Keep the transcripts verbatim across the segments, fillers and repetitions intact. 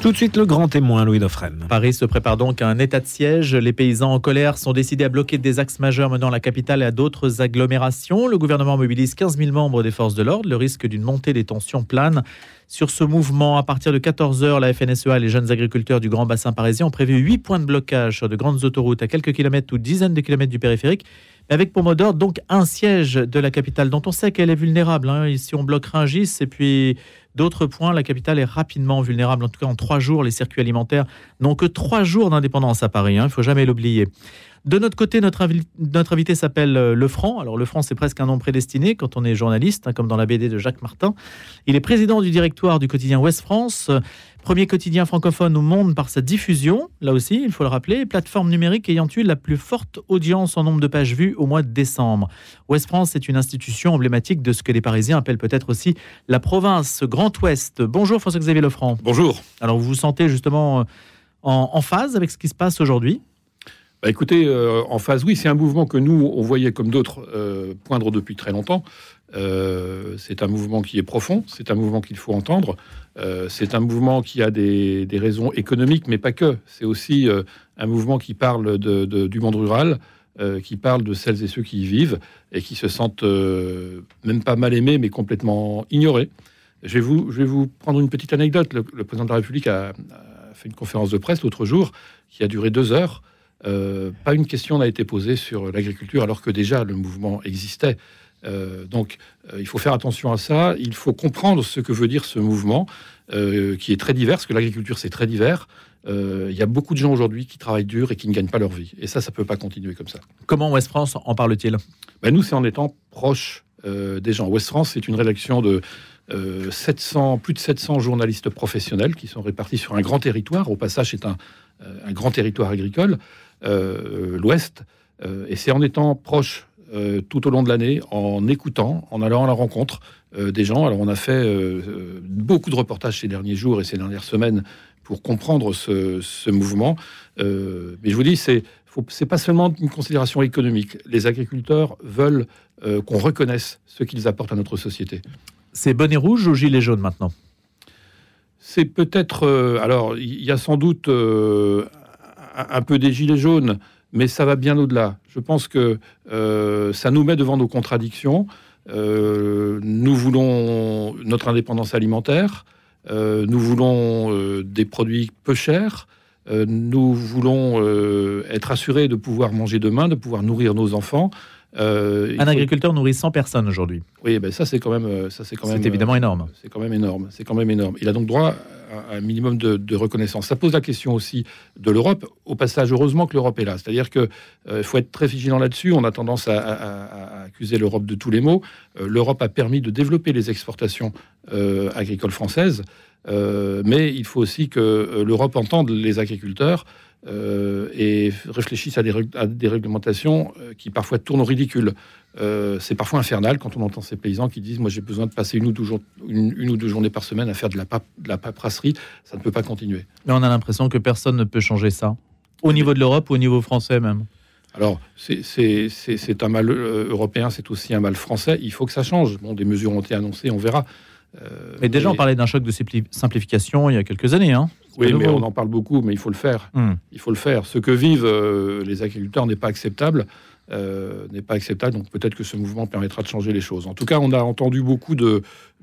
Tout de suite, le grand témoin, Louis Dauphren. Paris se prépare donc à un état de siège. Les paysans en colère sont décidés à bloquer des axes majeurs menant la capitale et à d'autres agglomérations. Le gouvernement mobilise quinze mille membres des forces de l'ordre. Le risque d'une montée des tensions plane. Sur ce mouvement, à partir de quatorze heures, la F N S E A et les jeunes agriculteurs du Grand Bassin parisien ont prévu huit points de blocage sur de grandes autoroutes à quelques kilomètres ou dizaines de kilomètres du périphérique. Avec pour mot d'ordre donc un siège de la capitale dont on sait qu'elle est vulnérable. Hein. Ici, on bloque Rungis et puis d'autres points. La capitale est rapidement vulnérable. En tout cas, en trois jours, les circuits alimentaires n'ont que trois jours d'indépendance à Paris. Hein. Il ne faut jamais l'oublier. De notre côté, notre, invi- notre invité s'appelle Lefranc. Alors, Lefranc, c'est presque un nom prédestiné quand on est journaliste, hein, comme dans la B D de Jacques Martin. Il est président du directoire du quotidien Ouest France, premier quotidien francophone au monde par sa diffusion, là aussi, il faut le rappeler, plateforme numérique ayant eu la plus forte audience en nombre de pages vues au mois de décembre. Ouest France est une institution emblématique de ce que les Parisiens appellent peut-être aussi la province Grand Ouest. Bonjour François-Xavier Lefranc. Bonjour. Alors, vous vous sentez justement en, en phase avec ce qui se passe aujourd'hui ? Bah écoutez, euh, en phase, oui, c'est un mouvement que nous, on voyait comme d'autres euh, poindre depuis très longtemps. Euh, c'est un mouvement qui est profond, c'est un mouvement qu'il faut entendre. Euh, c'est un mouvement qui a des, des raisons économiques, mais pas que. C'est aussi euh, un mouvement qui parle de, de, du monde rural, euh, qui parle de celles et ceux qui y vivent et qui se sentent euh, même pas mal aimés, mais complètement ignorés. Je vais vous, je vais vous prendre une petite anecdote. Le, le président de la République a, a fait une conférence de presse l'autre jour qui a duré deux heures. Euh, pas une question n'a été posée sur l'agriculture, alors que déjà le mouvement existait. Euh, donc, euh, il faut faire attention à ça. Il faut comprendre ce que veut dire ce mouvement, euh, qui est très divers, parce que l'agriculture, c'est très divers. Euh, il y a beaucoup de gens aujourd'hui qui travaillent dur et qui ne gagnent pas leur vie. Et ça, ça ne peut pas continuer comme ça. Comment Ouest France en parle-t-il ? Ben, nous, c'est en étant proche euh, des gens. Ouest France, c'est une rédaction de euh, sept cents, plus de sept cents journalistes professionnels qui sont répartis sur un grand territoire. Au passage, c'est un, euh, un grand territoire agricole. Euh, l'Ouest, euh, et c'est en étant proche euh, tout au long de l'année, en écoutant, en allant à la rencontre euh, des gens. Alors on a fait euh, beaucoup de reportages ces derniers jours et ces dernières semaines pour comprendre ce, ce mouvement. Euh, mais je vous dis, c'est, faut, c'est pas seulement une considération économique. Les agriculteurs veulent euh, qu'on reconnaisse ce qu'ils apportent à notre société. C'est bonnet rouge ou gilet jaune maintenant ? C'est peut-être... Euh, alors, il y a sans doute... Euh, un peu des gilets jaunes, mais ça va bien au-delà. Je pense que euh, ça nous met devant nos contradictions. Euh, nous voulons notre indépendance alimentaire, euh, nous voulons euh, des produits peu chers, euh, nous voulons euh, être assurés de pouvoir manger demain, de pouvoir nourrir nos enfants. Euh, un agriculteur faut... nourrit cent personnes aujourd'hui. Oui, ben ça c'est quand même, ça c'est quand même, c'est évidemment énorme. C'est quand même énorme. C'est quand même énorme. Il a donc droit à un minimum de, de reconnaissance. Ça pose la question aussi de l'Europe. Au passage, heureusement que l'Europe est là. C'est-à-dire que euh, faut être très vigilant là-dessus. On a tendance à, à, à, à accuser l'Europe de tous les maux. Euh, L'Europe a permis de développer les exportations euh, agricoles françaises, euh, mais il faut aussi que l'Europe entende les agriculteurs. Euh, et réfléchissent à des, rég- à des réglementations euh, qui parfois tournent au ridicule. Euh, c'est parfois infernal quand on entend ces paysans qui disent « Moi, j'ai besoin de passer une ou deux, jour- une, une ou deux journées par semaine à faire de la, pap- de la paperasserie. Ça ne peut pas continuer. » Mais on a l'impression que personne ne peut changer ça, au niveau de l'Europe ou au niveau français même. Alors, c'est, c'est, c'est, c'est un mal euh, européen, c'est aussi un mal français. Il faut que ça change. Bon, des mesures ont été annoncées, on verra. Euh, mais déjà, mais... on parlait d'un choc de simplification il y a quelques années. Hein. Oui, mais on en parle beaucoup, mais il faut le faire. Mmh. Il faut le faire. Ce que vivent euh, les agriculteurs n'est pas acceptable. Euh, n'est pas acceptable. Donc peut-être que ce mouvement permettra de changer les choses. En tout cas, on a entendu beaucoup de,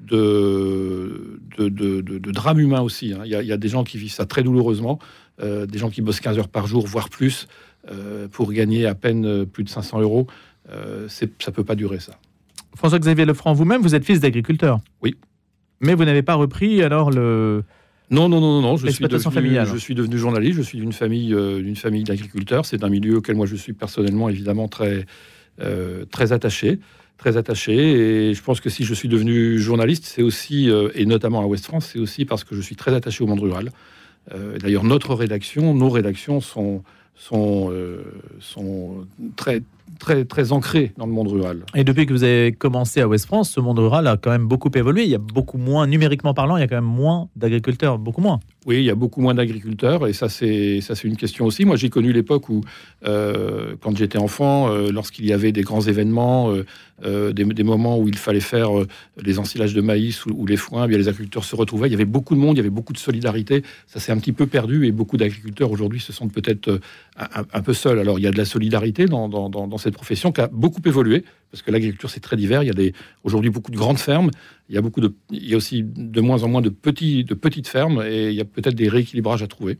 de, de, de, de, de drames humains aussi. Hein. Il y a, il y a des gens qui vivent ça très douloureusement, euh, des gens qui bossent quinze heures par jour, voire plus, euh, pour gagner à peine plus de cinq cents euros. Euh, c'est, ça ne peut pas durer, ça. François-Xavier Lefranc, vous-même, vous êtes fils d'agriculteur. Oui. Mais vous n'avez pas repris alors le... Non, non, non, non. Je suis, devenu, familiale. je suis devenu journaliste. Je suis d'une famille, euh, d'une famille d'agriculteurs. C'est un milieu auquel moi je suis personnellement, évidemment, très, euh, très attaché, très attaché. Et je pense que si je suis devenu journaliste, c'est aussi, euh, et notamment à Ouest France, c'est aussi parce que je suis très attaché au monde rural. Euh, d'ailleurs, notre rédaction, nos rédactions sont, sont, euh, sont très, très, très ancré dans le monde rural. Et depuis que vous avez commencé à Ouest France, ce monde rural a quand même beaucoup évolué. Il y a beaucoup moins, numériquement parlant, il y a quand même moins d'agriculteurs, beaucoup moins. Oui, il y a beaucoup moins d'agriculteurs et ça c'est, ça, c'est une question aussi. Moi, j'ai connu l'époque où, euh, quand j'étais enfant, euh, lorsqu'il y avait des grands événements, euh, euh, des, des moments où il fallait faire euh, les ensilages de maïs ou, ou les foins, eh bien, les agriculteurs se retrouvaient. Il y avait beaucoup de monde, il y avait beaucoup de solidarité. Ça s'est un petit peu perdu et beaucoup d'agriculteurs aujourd'hui se sentent peut-être euh, un, un peu seuls. Alors, il y a de la solidarité dans, dans, dans, dans cette profession qui a beaucoup évolué parce que l'agriculture, c'est très divers. Il y a des, aujourd'hui beaucoup de grandes fermes. Il y a beaucoup de, il y a aussi de moins en moins de, petits, de petites fermes et il y a peut-être des rééquilibrages à trouver.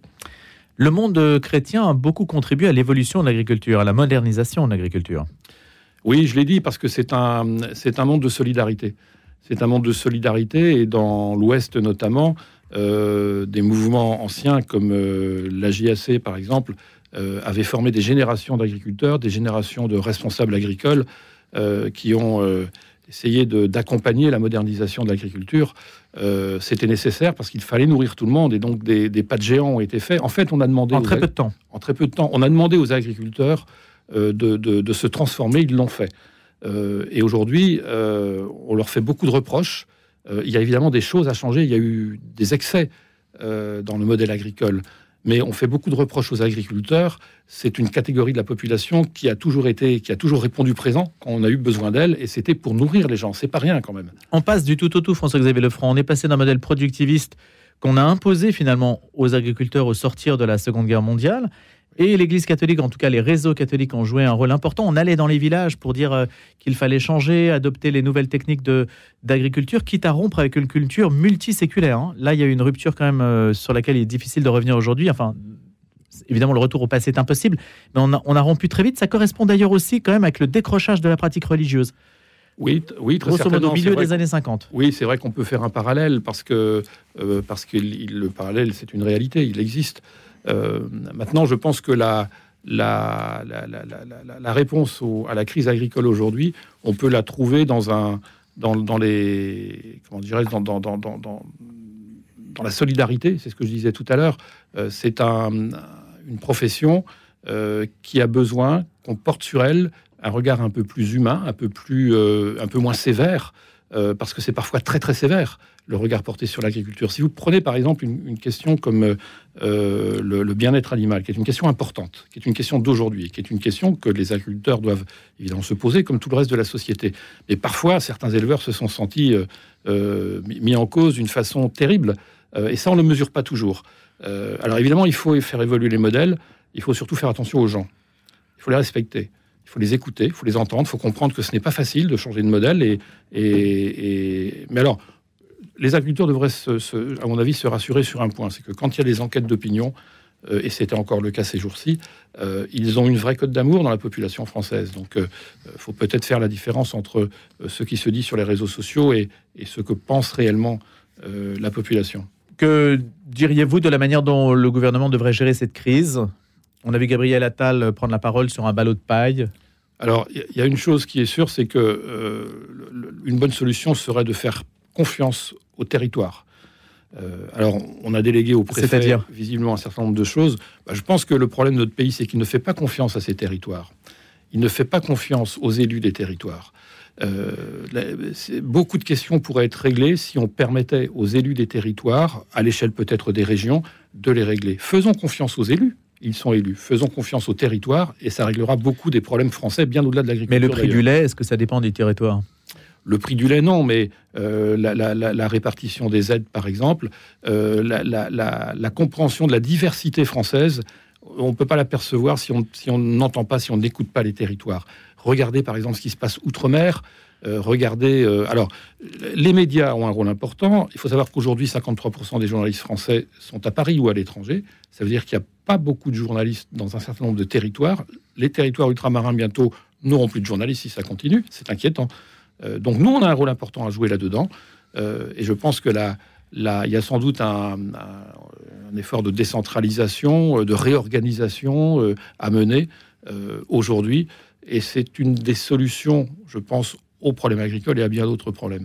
Le monde chrétien a beaucoup contribué à l'évolution de l'agriculture, à la modernisation de l'agriculture. Oui, je l'ai dit parce que c'est un, c'est un monde de solidarité. C'est un monde de solidarité et dans l'Ouest notamment, euh, des mouvements anciens comme euh, l'A J A C par exemple, euh, avaient formé des générations d'agriculteurs, des générations de responsables agricoles euh, qui ont... Euh, essayer de, d'accompagner la modernisation de l'agriculture. Euh, c'était nécessaire parce qu'il fallait nourrir tout le monde et donc des, des pas de géants ont été faits. En fait, on a demandé... En très peu de temps. En très peu de temps. On a demandé aux agriculteurs euh, de, de, de se transformer, ils l'ont fait. Euh, et aujourd'hui, euh, on leur fait beaucoup de reproches. Euh, il y a évidemment des choses à changer. Il y a eu des excès euh, dans le modèle agricole. Mais on fait beaucoup de reproches aux agriculteurs. C'est une catégorie de la population qui a toujours été, qui a toujours répondu présent quand on a eu besoin d'elle, et c'était pour nourrir les gens. C'est pas rien quand même. On passe du tout au tout, François-Xavier Lefranc. On est passé d'un modèle productiviste qu'on a imposé finalement aux agriculteurs au sortir de la Seconde Guerre mondiale. Et l'Église catholique, en tout cas les réseaux catholiques, ont joué un rôle important. On allait dans les villages pour dire euh, qu'il fallait changer, adopter les nouvelles techniques de, d'agriculture, quitte à rompre avec une culture multiséculaire. Hein. Là, il y a une rupture quand même euh, sur laquelle il est difficile de revenir aujourd'hui. Enfin, évidemment, le retour au passé est impossible, mais on a, on a rompu très vite. Ça correspond d'ailleurs aussi quand même avec le décrochage de la pratique religieuse. Oui, t- oui, très Grosso modo, certainement. au milieu C'est vrai des que- années cinquante. Oui, c'est vrai qu'on peut faire un parallèle parce que, euh, parce que il- le parallèle, c'est une réalité, il existe. Euh, maintenant, je pense que la, la, la, la, la, la- la réponse au- à la crise agricole aujourd'hui, on peut la trouver dans, un, dans, dans les... Comment dirais-je dans, dans, dans, dans, dans, dans la solidarité, c'est ce que je disais tout à l'heure. Euh, c'est un, une profession euh, qui a besoin qu'on porte sur elle un regard un peu plus humain, un peu, plus, euh, un peu moins sévère, euh, parce que c'est parfois très très sévère, le regard porté sur l'agriculture. Si vous prenez par exemple une, une question comme euh, le, le bien-être animal, qui est une question importante, qui est une question d'aujourd'hui, qui est une question que les agriculteurs doivent évidemment se poser, comme tout le reste de la société. Mais parfois, certains éleveurs se sont sentis euh, euh, mis en cause d'une façon terrible, euh, et ça, on ne le mesure pas toujours. Euh, alors évidemment, il faut faire évoluer les modèles, il faut surtout faire attention aux gens. Il faut les respecter. Il faut les écouter, il faut les entendre, il faut comprendre que ce n'est pas facile de changer de modèle. Et, et, et... Mais alors, les agriculteurs devraient, se, se, à mon avis, se rassurer sur un point, c'est que quand il y a des enquêtes d'opinion, euh, et c'était encore le cas ces jours-ci, euh, ils ont une vraie cote d'amour dans la population française. Donc, il euh, faut peut-être faire la différence entre euh, ce qui se dit sur les réseaux sociaux et, et ce que pense réellement euh, la population. Que diriez-vous de la manière dont le gouvernement devrait gérer cette crise ? On a vu Gabriel Attal prendre la parole sur un ballot de paille. Alors, il y a une chose qui est sûre, c'est que euh, le, une bonne solution serait de faire confiance au territoire. Euh, alors, on a délégué au préfet C'est-à-dire visiblement un certain nombre de choses. Bah, je pense que le problème de notre pays, c'est qu'il ne fait pas confiance à ses territoires. Il ne fait pas confiance aux élus des territoires. Euh, là, beaucoup de questions pourraient être réglées si on permettait aux élus des territoires, à l'échelle peut-être des régions, de les régler. Faisons confiance aux élus. Ils sont élus. Faisons confiance au territoire et ça réglera beaucoup des problèmes français, bien au-delà de l'agriculture. Mais le prix d'ailleurs. du lait, est-ce que ça dépend des territoires ? Le prix du lait, non, mais euh, la, la, la, la répartition des aides, par exemple, euh, la, la, la, la compréhension de la diversité française, on ne peut pas l'apercevoir si on si on n'entend pas, si on n'écoute pas les territoires. Regardez, par exemple, ce qui se passe outre-mer. Euh, regardez... Euh, alors, les médias ont un rôle important. Il faut savoir qu'aujourd'hui, cinquante-trois pour cent des journalistes français sont à Paris ou à l'étranger. Ça veut dire qu'il n'y a pas beaucoup de journalistes dans un certain nombre de territoires. Les territoires ultramarins, bientôt, n'auront plus de journalistes si ça continue. C'est inquiétant. Euh, donc, nous, on a un rôle important à jouer là-dedans. Euh, et je pense que là, là, il y a sans doute un, un, un effort de décentralisation, de réorganisation euh, à mener euh, aujourd'hui. Et c'est une des solutions, je pense, aux problèmes agricoles et à bien d'autres problèmes.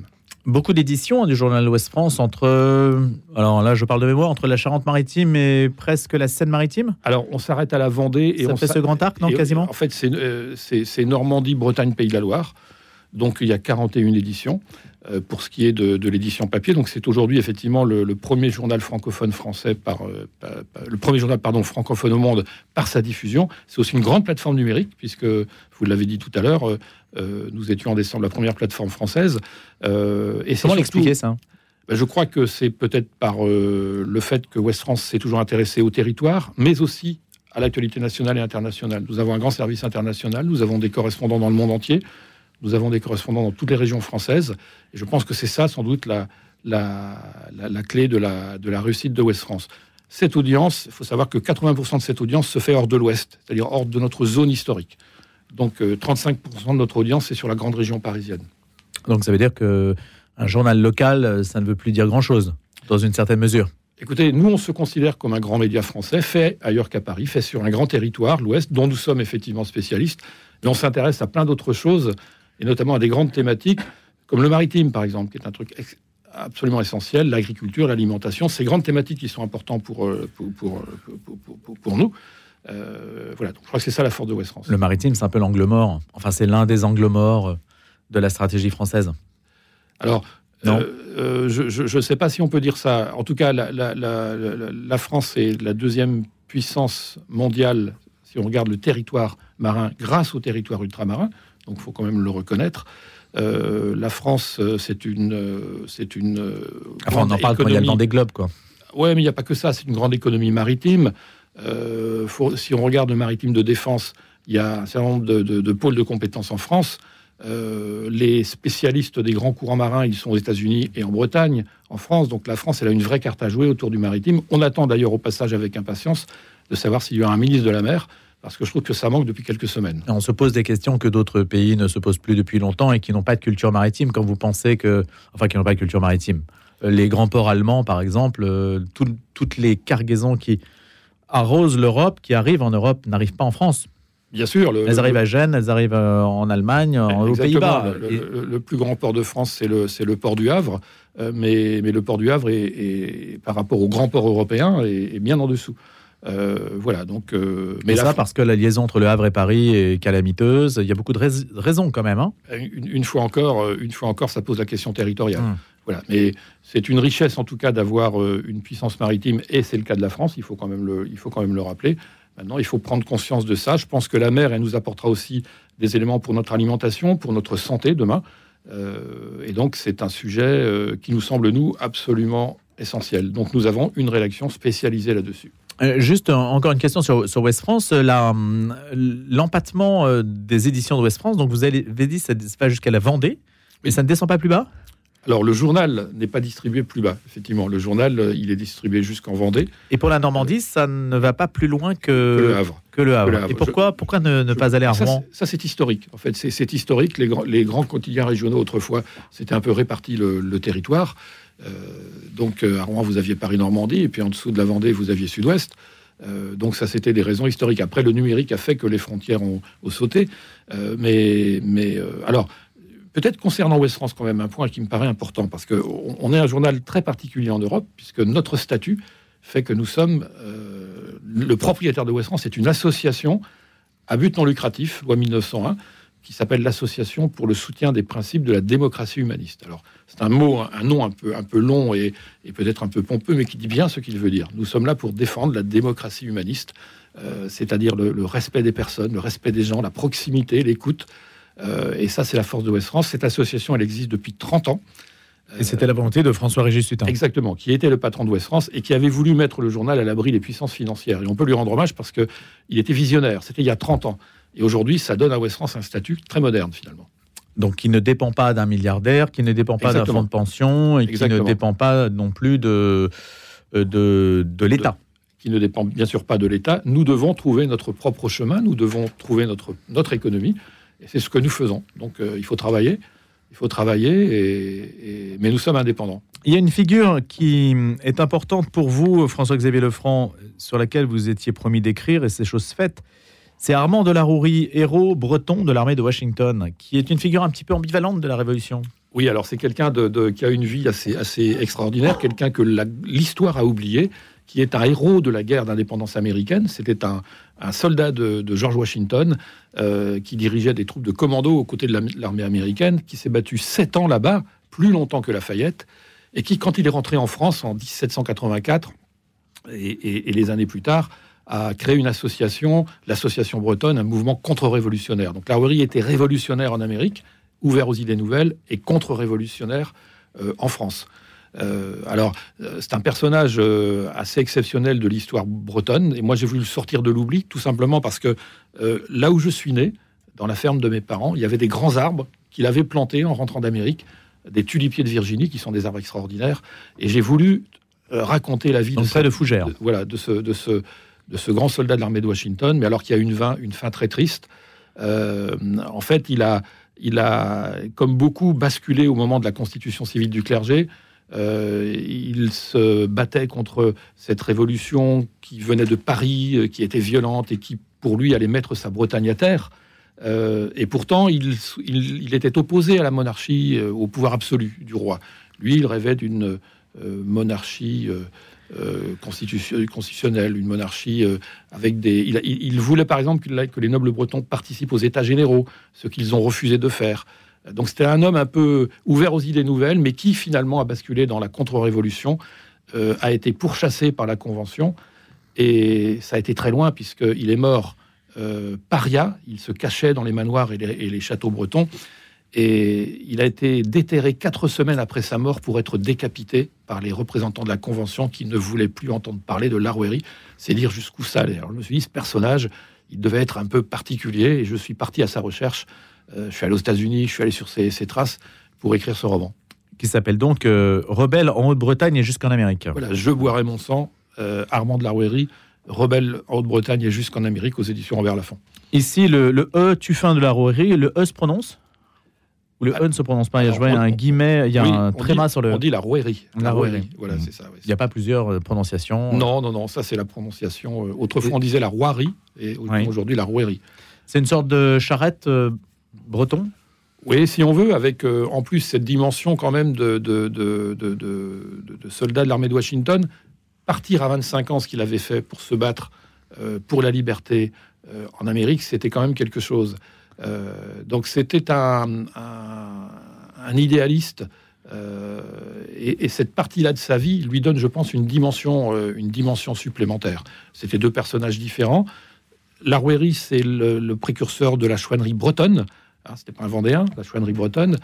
Beaucoup d'éditions du journal Ouest France entre, alors là je parle de mémoire, entre la Charente-Maritime et presque la Seine-Maritime. Alors on s'arrête à la Vendée. Et Ça on fait ce grand arc, non, quasiment. En fait, c'est, euh, c'est, c'est Normandie, Bretagne, Pays de la Loire. Donc il y a quarante et une éditions euh, pour ce qui est de, de l'édition papier. Donc c'est aujourd'hui effectivement le, le premier journal francophone français par, euh, par, par le premier journal pardon francophone au monde par sa diffusion. C'est aussi une grande plateforme numérique puisque vous l'avez dit tout à l'heure, euh, euh, nous étions en décembre la première plateforme française. Euh, et Comment l'expliquer ça? Ben, je crois que c'est peut-être par euh, le fait que Ouest France s'est toujours intéressé au territoire, mais aussi à l'actualité nationale et internationale. Nous avons un grand service international, nous avons des correspondants dans le monde entier. Nous avons des correspondants dans toutes les régions françaises. Et je pense que c'est ça, sans doute, la, la, la, la clé de la, de la réussite de Ouest France. Cette audience, il faut savoir que quatre-vingts pour cent de cette audience se fait hors de l'Ouest, c'est-à-dire hors de notre zone historique. Donc, euh, trente-cinq pour cent de notre audience, c'est sur la grande région parisienne. Donc, ça veut dire qu'un journal local, ça ne veut plus dire grand-chose, dans une certaine mesure. Écoutez, nous, on se considère comme un grand média français, fait ailleurs qu'à Paris, fait sur un grand territoire, l'Ouest, dont nous sommes effectivement spécialistes. Mais on s'intéresse à plein d'autres choses, et notamment à des grandes thématiques, comme le maritime, par exemple, qui est un truc ex- absolument essentiel, l'agriculture, l'alimentation, ces grandes thématiques qui sont importantes pour, pour, pour, pour, pour, pour, pour nous. Euh, voilà, donc je crois que c'est ça la force de Ouest France. Le maritime, c'est un peu l'angle mort. Enfin, c'est l'un des angles morts de la stratégie française. Alors, euh, euh, je ne sais pas si on peut dire ça. En tout cas, la, la, la, la, la France est la deuxième puissance mondiale, si on regarde le territoire marin, grâce au territoire ultramarin. Donc, il faut quand même le reconnaître. Euh, la France, c'est une, c'est une. Enfin, on en parle économie. Quand il y a le vent des globes, quoi. Ouais, mais il n'y a pas que ça. C'est une grande économie maritime. Euh, faut, si on regarde le maritime de défense, il y a un certain nombre de, de, de pôles de compétences en France. Euh, les spécialistes des grands courants marins, ils sont aux États-Unis et en Bretagne, en France. Donc, la France, elle a une vraie carte à jouer autour du maritime. On attend d'ailleurs au passage avec impatience de savoir s'il y aura un ministre de la mer. Parce que je trouve que ça manque depuis quelques semaines. On se pose des questions que d'autres pays ne se posent plus depuis longtemps et qui n'ont pas de culture maritime. Quand vous pensez que... Enfin, qui n'ont pas de culture maritime. Les grands ports allemands, par exemple, euh, tout, toutes les cargaisons qui arrosent l'Europe, qui arrivent en Europe, n'arrivent pas en France. Bien sûr. Le, elles le, arrivent à Gênes, elles arrivent en Allemagne, aux Pays-Bas. Le, le, le plus grand port de France, c'est le, c'est le port du Havre. Euh, mais, mais le port du Havre, est, est, par rapport aux grands ports européens, est, est bien en dessous. Euh, voilà, donc. Euh, mais ça, parce que la liaison entre le Havre et Paris est calamiteuse. Il y a beaucoup de rais- raisons quand même. Hein une, une fois encore, une fois encore, ça pose la question territoriale. Mmh. Voilà, mais c'est une richesse en tout cas d'avoir une puissance maritime, et c'est le cas de la France. Il faut quand même le, il faut quand même le rappeler. Maintenant, il faut prendre conscience de ça. Je pense que la mer, elle nous apportera aussi des éléments pour notre alimentation, pour notre santé demain. Euh, et donc, c'est un sujet euh, qui nous semble nous absolument essentiel. Donc, nous avons une rédaction spécialisée là-dessus. Euh, juste euh, encore une question sur, sur Ouest France. La, l'empattement euh, des éditions de Ouest France, donc vous avez dit ça va jusqu'à la Vendée, mais ça ne descend pas plus bas? Alors, le journal n'est pas distribué plus bas, effectivement. Le journal, il est distribué jusqu'en Vendée. Et pour la Normandie, ça ne va pas plus loin que, que le Havre. Que le Havre. Que le Havre. Et pourquoi, je, pourquoi ne, ne je, pas aller à ça, Rouen? c'est, ça, c'est historique. En fait, c'est, c'est historique. Les, les grands quotidiens régionaux, autrefois, c'était un peu réparti le, le territoire. Euh, donc, à Rouen, vous aviez Paris-Normandie, et puis en dessous de la Vendée, vous aviez Sud-Ouest. Euh, donc ça, c'était des raisons historiques. Après, le numérique a fait que les frontières ont, ont sauté. Euh, mais mais euh, alors, peut-être concernant Ouest France, quand même, un point qui me paraît important, parce qu'on on est un journal très particulier en Europe, puisque notre statut fait que nous sommes... Euh, le propriétaire de Ouest France est une association à but non lucratif, loi mille neuf cent un, qui s'appelle l'Association pour le soutien des principes de la démocratie humaniste. Alors, c'est un mot, un nom un peu, un peu long et, et peut-être un peu pompeux, mais qui dit bien ce qu'il veut dire. Nous sommes là pour défendre la démocratie humaniste, euh, c'est-à-dire le, le respect des personnes, le respect des gens, la proximité, l'écoute. Euh, et ça, c'est la force de Ouest France. Cette association, elle existe depuis trente ans. Et c'était la volonté de François-Régis Hutin. Exactement, qui était le patron d'Ouest France et qui avait voulu mettre le journal à l'abri des puissances financières. Et on peut lui rendre hommage parce qu'il était visionnaire. C'était il y a trente ans. Et aujourd'hui, ça donne à Ouest France un statut très moderne, finalement. Donc, qui ne dépend pas d'un milliardaire, qui ne dépend pas Exactement. d'un fonds de pension, et Exactement. qui ne dépend pas non plus de, de, de l'État. De, qui ne dépend bien sûr pas de l'État. Nous devons trouver notre propre chemin, nous devons trouver notre, notre économie, et c'est ce que nous faisons. Donc, euh, il faut travailler, il faut travailler, et, et, mais nous sommes indépendants. Il y a une figure qui est importante pour vous, François-Xavier Lefranc, sur laquelle vous étiez promis d'écrire, et c'est chose faite. C'est Armand de la Rouerie, héros breton de l'armée de Washington, qui est une figure un petit peu ambivalente de la Révolution. Oui, alors c'est quelqu'un de, de, qui a une vie assez, assez extraordinaire, quelqu'un que la, l'histoire a oublié, qui est un héros de la guerre d'indépendance américaine. C'était un, un soldat de, de George Washington euh, qui dirigeait des troupes de commando aux côtés de la, l'armée américaine, qui s'est battu sept ans là-bas, plus longtemps que Lafayette, et qui, quand il est rentré en France en dix-sept cent quatre-vingt-quatre, et, et, et les années plus tard, a créé une association, l'association bretonne, un mouvement contre-révolutionnaire. Donc Larouërie était révolutionnaire en Amérique, ouvert aux idées nouvelles, et contre-révolutionnaire euh, en France. Euh, alors, euh, c'est un personnage euh, assez exceptionnel de l'histoire bretonne, et moi j'ai voulu le sortir de l'oubli, tout simplement parce que euh, là où je suis né, dans la ferme de mes parents, il y avait des grands arbres qu'il avait plantés en rentrant d'Amérique, des tulipiers de Virginie, qui sont des arbres extraordinaires, et j'ai voulu euh, raconter la vie Donc, de, près de Fougères. de, voilà, de ce, de, ce, de ce grand soldat de l'armée de Washington, mais alors qu'il y a une, fin, une fin très triste. Euh, en fait, il a, il a, comme beaucoup, basculé au moment de la constitution civile du clergé. Euh, il se battait contre cette révolution qui venait de Paris, qui était violente et qui, pour lui, allait mettre sa Bretagne à terre. Euh, et pourtant, il, il, il était opposé à la monarchie, euh, au pouvoir absolu du roi. Lui, il rêvait d'une euh, monarchie euh, euh, constitution, constitutionnelle, une monarchie euh, avec des... Il, il, il voulait, par exemple, que, que les nobles bretons participent aux États généraux, ce qu'ils ont refusé de faire. Donc c'était un homme un peu ouvert aux idées nouvelles, mais qui finalement a basculé dans la contre-révolution, euh, a été pourchassé par la Convention, et ça a été très loin, puisqu'il est mort euh, paria, il se cachait dans les manoirs et les, et les châteaux bretons, et il a été déterré quatre semaines après sa mort pour être décapité par les représentants de la Convention qui ne voulaient plus entendre parler de Larouërie. C'est dire jusqu'où ça allait. Alors je me suis dit, ce personnage, il devait être un peu particulier, et je suis parti à sa recherche. Euh, je suis allé aux États-Unis, je suis allé sur ses, ses traces pour écrire ce roman. Qui s'appelle donc euh, Rebelle en Haute-Bretagne et jusqu'en Amérique. Voilà, Je boirai mon sang, euh, Armand de Larouërie, Rebelle en Haute-Bretagne et jusqu'en Amérique, aux éditions Robert Laffont. Ici, le, le E, Tuffin de Larouërie, le E se prononce ? Ou le E ne se prononce pas? Alors, Je vois, il y a un guillemets, il y a oui, un tréma dit, sur le... On dit la Rouërie. La Rouërie. Voilà, mmh. c'est ça. Ouais, il n'y a pas plusieurs euh, prononciations. Non, non, non, ça c'est la prononciation. Euh, autrefois, et... on disait la Rouarie, et oui. Aujourd'hui, la Rouërie. C'est une sorte de charrette euh, breton? Oui, si on veut, avec euh, en plus cette dimension quand même de, de, de, de, de, de soldats de l'armée de Washington, partir à vingt-cinq ans, ce qu'il avait fait pour se battre euh, pour la liberté euh, en Amérique, c'était quand même quelque chose. Euh, donc c'était un, un, un idéaliste, euh, et, et cette partie-là de sa vie lui donne, je pense, une dimension, euh, une dimension supplémentaire. C'était deux personnages différents. Larouërie, c'est le, le précurseur de la chouannerie bretonne. Hein, c'était pas un Vendéen, la chouannerie bretonne.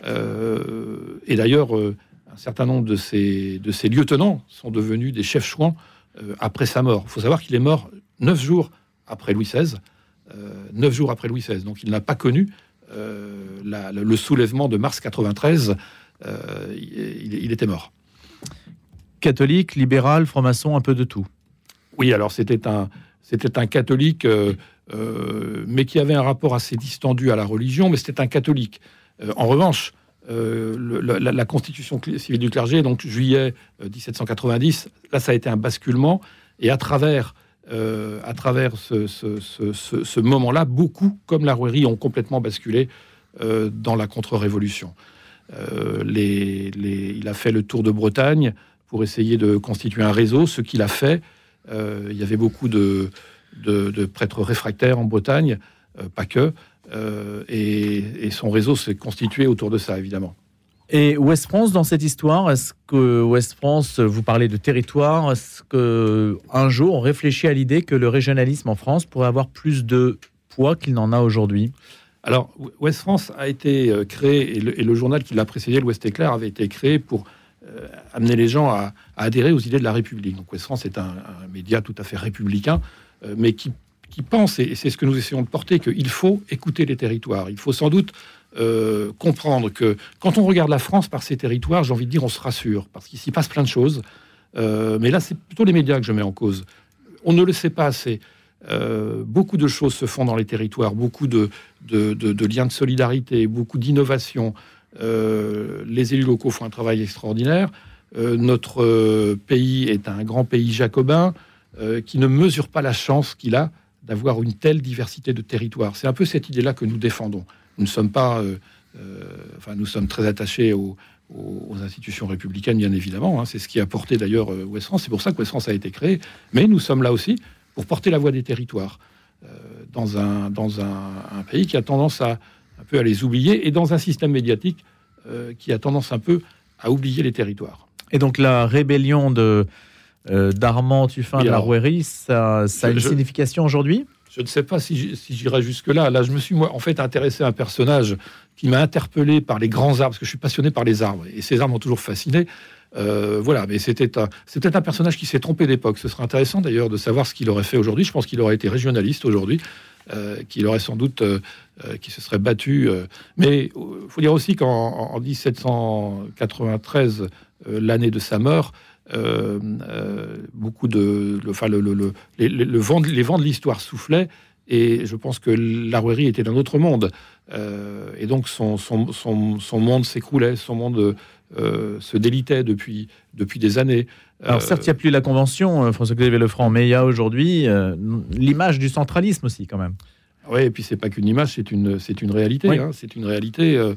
Euh, et d'ailleurs, euh, un certain nombre de ses, de ses lieutenants sont devenus des chefs chouans euh, après sa mort. Il faut savoir qu'il est mort neuf jours après Louis seize. Euh, neuf jours après Louis seize. Donc il n'a pas connu euh, la, le, le soulèvement de mars quatre-vingt-treize. Euh, il, il était mort. Catholique, libéral, franc-maçon, un peu de tout. Oui, alors c'était un, c'était un catholique... Euh, Euh, mais qui avait un rapport assez distendu à la religion, mais c'était un catholique. Euh, en revanche, euh, le, la, la constitution civile du clergé, donc juillet euh, dix-sept cent quatre-vingt-dix, là ça a été un basculement, et à travers, euh, à travers ce, ce, ce, ce, ce moment-là, beaucoup, comme Larouërie, ont complètement basculé euh, dans la contre-révolution. Euh, les, les, il a fait le tour de Bretagne pour essayer de constituer un réseau, ce qu'il a fait. Euh, il y avait beaucoup de De, de prêtres réfractaires en Bretagne, euh, pas que, euh, et, et son réseau s'est constitué autour de ça, évidemment. Et Ouest France, dans cette histoire, est-ce que Ouest France, vous parlez de territoire, est-ce qu'un jour on réfléchit à l'idée que le régionalisme en France pourrait avoir plus de poids qu'il n'en a aujourd'hui? Alors, Ouest France a été créé, et le, et le journal qui l'a précédé, l'Ouest Éclair, avait été créé pour euh, amener les gens à, à adhérer aux idées de la République. Donc Ouest France est un, un média tout à fait républicain, mais qui, qui pense, et c'est ce que nous essayons de porter, qu'il faut écouter les territoires. Il faut sans doute euh, comprendre que quand on regarde la France par ses territoires, j'ai envie de dire, on se rassure, parce qu'il s'y passe plein de choses. Euh, mais là, c'est plutôt les médias que je mets en cause. On ne le sait pas assez. Euh, beaucoup de choses se font dans les territoires, beaucoup de, de, de, de liens de solidarité, beaucoup d'innovation. Euh, les élus locaux font un travail extraordinaire. Euh, notre euh, pays est un grand pays jacobin, Euh, qui ne mesure pas la chance qu'il a d'avoir une telle diversité de territoires. C'est un peu cette idée-là que nous défendons. Nous ne sommes pas euh, Euh, enfin, nous sommes très attachés aux, aux, aux institutions républicaines, bien évidemment. Hein. C'est ce qui a porté d'ailleurs Ouest France. C'est pour ça que Ouest France a été créé. Mais nous sommes là aussi pour porter la voix des territoires euh, dans, un, dans un, un pays qui a tendance à un peu à les oublier et dans un système médiatique euh, qui a tendance un peu à oublier les territoires. Et donc la rébellion de, euh, d'Armand Tuffin oui, de la Rouërie, ça, ça je, a une je, signification aujourd'hui ? Je ne sais pas si, si j'irai jusque-là. Là, je me suis moi, en fait intéressé à un personnage qui m'a interpellé par les grands arbres, parce que je suis passionné par les arbres, et ces arbres m'ont toujours fasciné. Euh, voilà, mais c'était un, c'était un personnage qui s'est trompé d'époque. Ce serait intéressant d'ailleurs de savoir ce qu'il aurait fait aujourd'hui. Je pense qu'il aurait été régionaliste aujourd'hui, euh, qu'il aurait sans doute, euh, euh, qui se serait battu. Euh, mais il euh, faut dire aussi qu'en en dix-sept cent quatre-vingt-treize, euh, l'année de sa mort, euh, euh, beaucoup de, le, enfin le, le, le, les, le vent, les vents de l'histoire soufflaient. Et je pense que la Rouërie était d'un autre monde. Euh, et donc son, son, son, son monde s'écroulait, son monde euh, se délitait depuis, depuis des années. Alors certes, il n'y a plus la Convention, François-Xavier Lefranc, mais il y a aujourd'hui euh, l'image du centralisme aussi quand même. Oui, et puis c'est pas qu'une image, c'est une, c'est une réalité. Oui. Hein, c'est une réalité. Euh,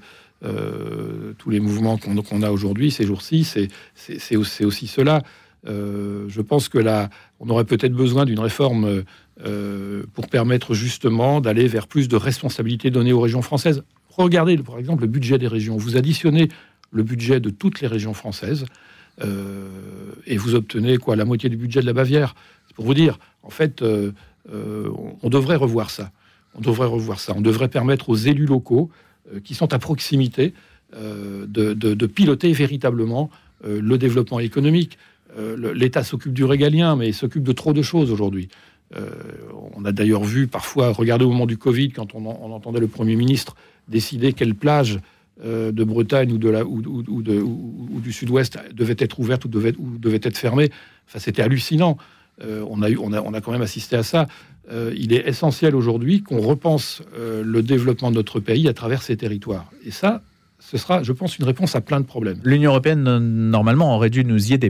euh, tous les mouvements qu'on, qu'on a aujourd'hui, ces jours-ci, c'est, c'est, c'est, c'est aussi cela. Euh, je pense que là, on aurait peut-être besoin d'une réforme euh, pour permettre justement d'aller vers plus de responsabilités données aux régions françaises. Regardez, par exemple, le budget des régions. Vous additionnez le budget de toutes les régions françaises euh, et vous obtenez quoi, la moitié du budget de la Bavière. C'est pour vous dire, en fait, euh, euh, on, on devrait revoir ça. On devrait revoir ça. On devrait permettre aux élus locaux euh, qui sont à proximité euh, de, de, de piloter véritablement euh, le développement économique. Euh, L'État s'occupe du régalien, mais il s'occupe de trop de choses aujourd'hui. Euh, on a d'ailleurs vu parfois, regardez au moment du Covid, quand on, en, on entendait le Premier ministre décider quelle plage euh, de Bretagne ou, de la, ou, ou, ou, de, ou, ou du Sud-Ouest devait être ouverte ou devait, ou devait être fermée. Enfin, c'était hallucinant. Euh, on, a eu, on, a, on a quand même assisté à ça. Euh, il est essentiel aujourd'hui qu'on repense euh, le développement de notre pays à travers ces territoires. Et ça, ce sera, je pense, une réponse à plein de problèmes. L'Union européenne, normalement, aurait dû nous y aider.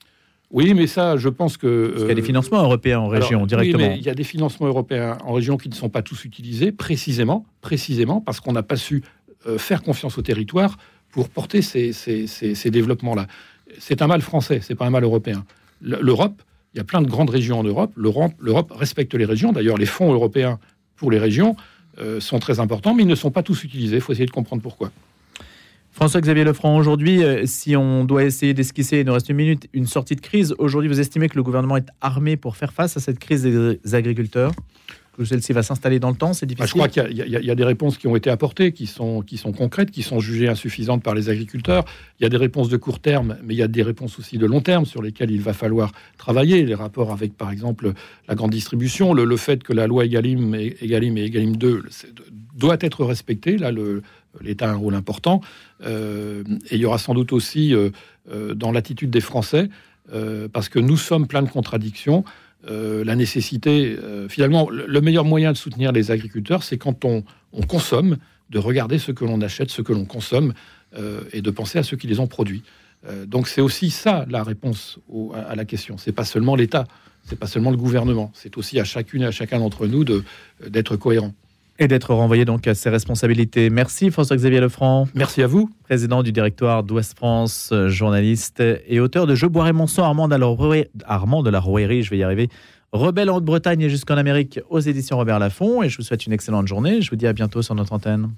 Oui, mais ça, je pense que... Parce qu'il y a des financements européens en région, alors, directement. Oui, mais il y a des financements européens en région qui ne sont pas tous utilisés, précisément, précisément parce qu'on n'a pas su euh, faire confiance au territoire pour porter ces, ces, ces, ces développements-là. C'est un mal français, c'est pas un mal européen. L'Europe, il y a plein de grandes régions en Europe. L'Europe, l'Europe respecte les régions. D'ailleurs, les fonds européens pour les régions euh, sont très importants, mais ils ne sont pas tous utilisés. Il faut essayer de comprendre pourquoi. François-Xavier Lefranc, aujourd'hui, euh, si on doit essayer d'esquisser, il nous reste une minute, une sortie de crise, aujourd'hui, vous estimez que le gouvernement est armé pour faire face à cette crise des agriculteurs ? Que celle-ci va s'installer dans le temps, c'est difficile ? Bah, je crois qu'il y a, il y a, il y a des réponses qui ont été apportées, qui sont, qui sont concrètes, qui sont jugées insuffisantes par les agriculteurs. Il y a des réponses de court terme, mais il y a des réponses aussi de long terme sur lesquelles il va falloir travailler. Les rapports avec, par exemple, la grande distribution, le, le fait que la loi Egalim, Egalim et Egalim deux doit être respectée. Là, le, l'État a un rôle important. Euh, et il y aura sans doute aussi, euh, euh, dans l'attitude des Français, euh, parce que nous sommes plein de contradictions, Euh, la nécessité, euh, finalement, le, le meilleur moyen de soutenir les agriculteurs, c'est quand on, on consomme, de regarder ce que l'on achète, ce que l'on consomme, euh, et de penser à ceux qui les ont produits. Euh, donc c'est aussi ça la réponse au, à, à la question. C'est pas seulement l'État, c'est pas seulement le gouvernement, c'est aussi à chacune et à chacun d'entre nous de, d'être cohérent. Et d'être renvoyé donc à ses responsabilités. Merci François-Xavier Lefranc. Merci à vous. Président du directoire d'Ouest France, journaliste et auteur de Je boirai mon sang, Armand de la Rouërie, Armand de la Rouërie, je vais y arriver. Rebelle en Haute-Bretagne et jusqu'en Amérique aux éditions Robert Laffont. Et je vous souhaite une excellente journée. Je vous dis à bientôt sur notre antenne.